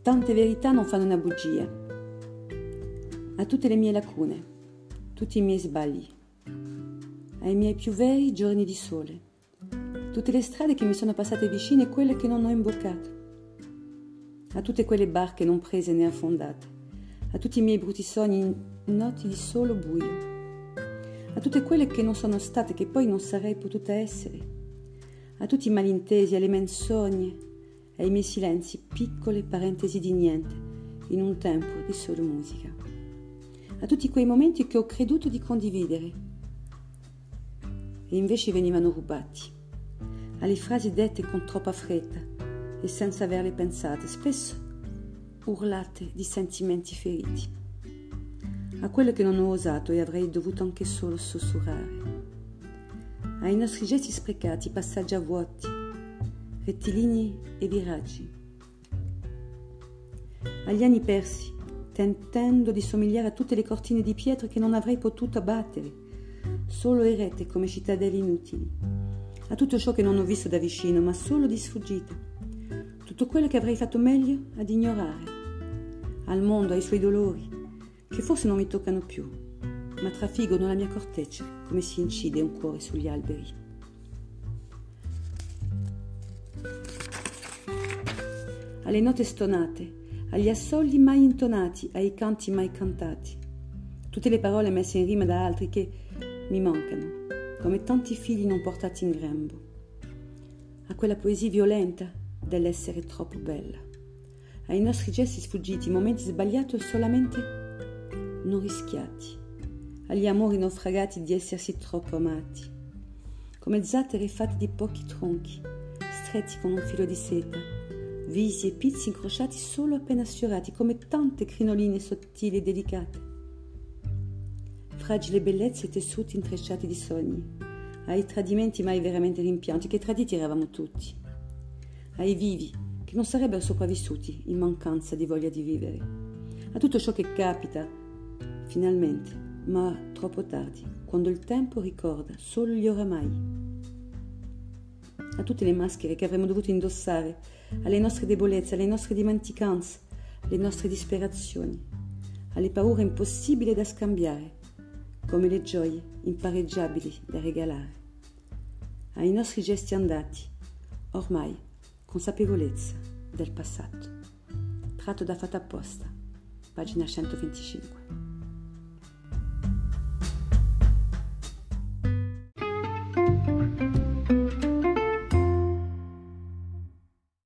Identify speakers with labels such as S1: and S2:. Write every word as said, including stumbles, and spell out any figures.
S1: tante verità non fanno una bugia, a tutte le mie lacune, tutti i miei sbagli, ai miei più veri giorni di sole, tutte le strade che mi sono passate vicine e quelle che non ho imboccato, a tutte quelle barche non prese né affondate, a tutti i miei brutti sogni in notti di solo buio, a tutte quelle che non sono state, che poi non sarei potuta essere, a tutti i malintesi, alle menzogne, ai miei silenzi, piccole parentesi di niente, in un tempo di solo musica, a tutti quei momenti che ho creduto di condividere e invece venivano rubati, alle frasi dette con troppa fretta e senza averle pensate, spesso urlate di sentimenti feriti, a quello che non ho osato e avrei dovuto anche solo sussurrare, ai nostri gesti sprecati, passaggi a vuoti, rettilinei e viraggi, agli anni persi, tentando di somigliare a tutte le cortine di pietra che non avrei potuto abbattere, solo erette come cittadelle inutili, a tutto ciò che non ho visto da vicino, ma solo di sfuggita, tutto quello che avrei fatto meglio ad ignorare, al mondo, ai suoi dolori, che forse non mi toccano più, ma trafiggono la mia corteccia come si incide un cuore sugli alberi. Alle note stonate, agli assoli mai intonati, ai canti mai cantati, tutte le parole messe in rima da altri che mi mancano, come tanti figli non portati in grembo, a quella poesia violenta dell'essere troppo bella, ai nostri gesti sfuggiti, momenti sbagliati o solamente non rischiati, agli amori naufragati di essersi troppo amati, come zattere fatte di pochi tronchi, stretti con un filo di seta, visi e pizzi incrociati solo appena sfiorati, come tante crinoline sottili e delicate, fragili bellezze e tessuti intrecciati di sogni, ai tradimenti mai veramente rimpianti, che traditi eravamo tutti, ai vivi che non sarebbero sopravvissuti in mancanza di voglia di vivere, a tutto ciò che capita finalmente, ma troppo tardi, quando il tempo ricorda solo gli oramai, a tutte le maschere che avremmo dovuto indossare, alle nostre debolezze, alle nostre dimenticanze, alle nostre disperazioni, alle paure impossibili da scambiare, come le gioie impareggiabili da regalare, ai nostri gesti andati, ormai consapevolezza del passato. Tratto da Fatta apposta, pagina centoventicinque.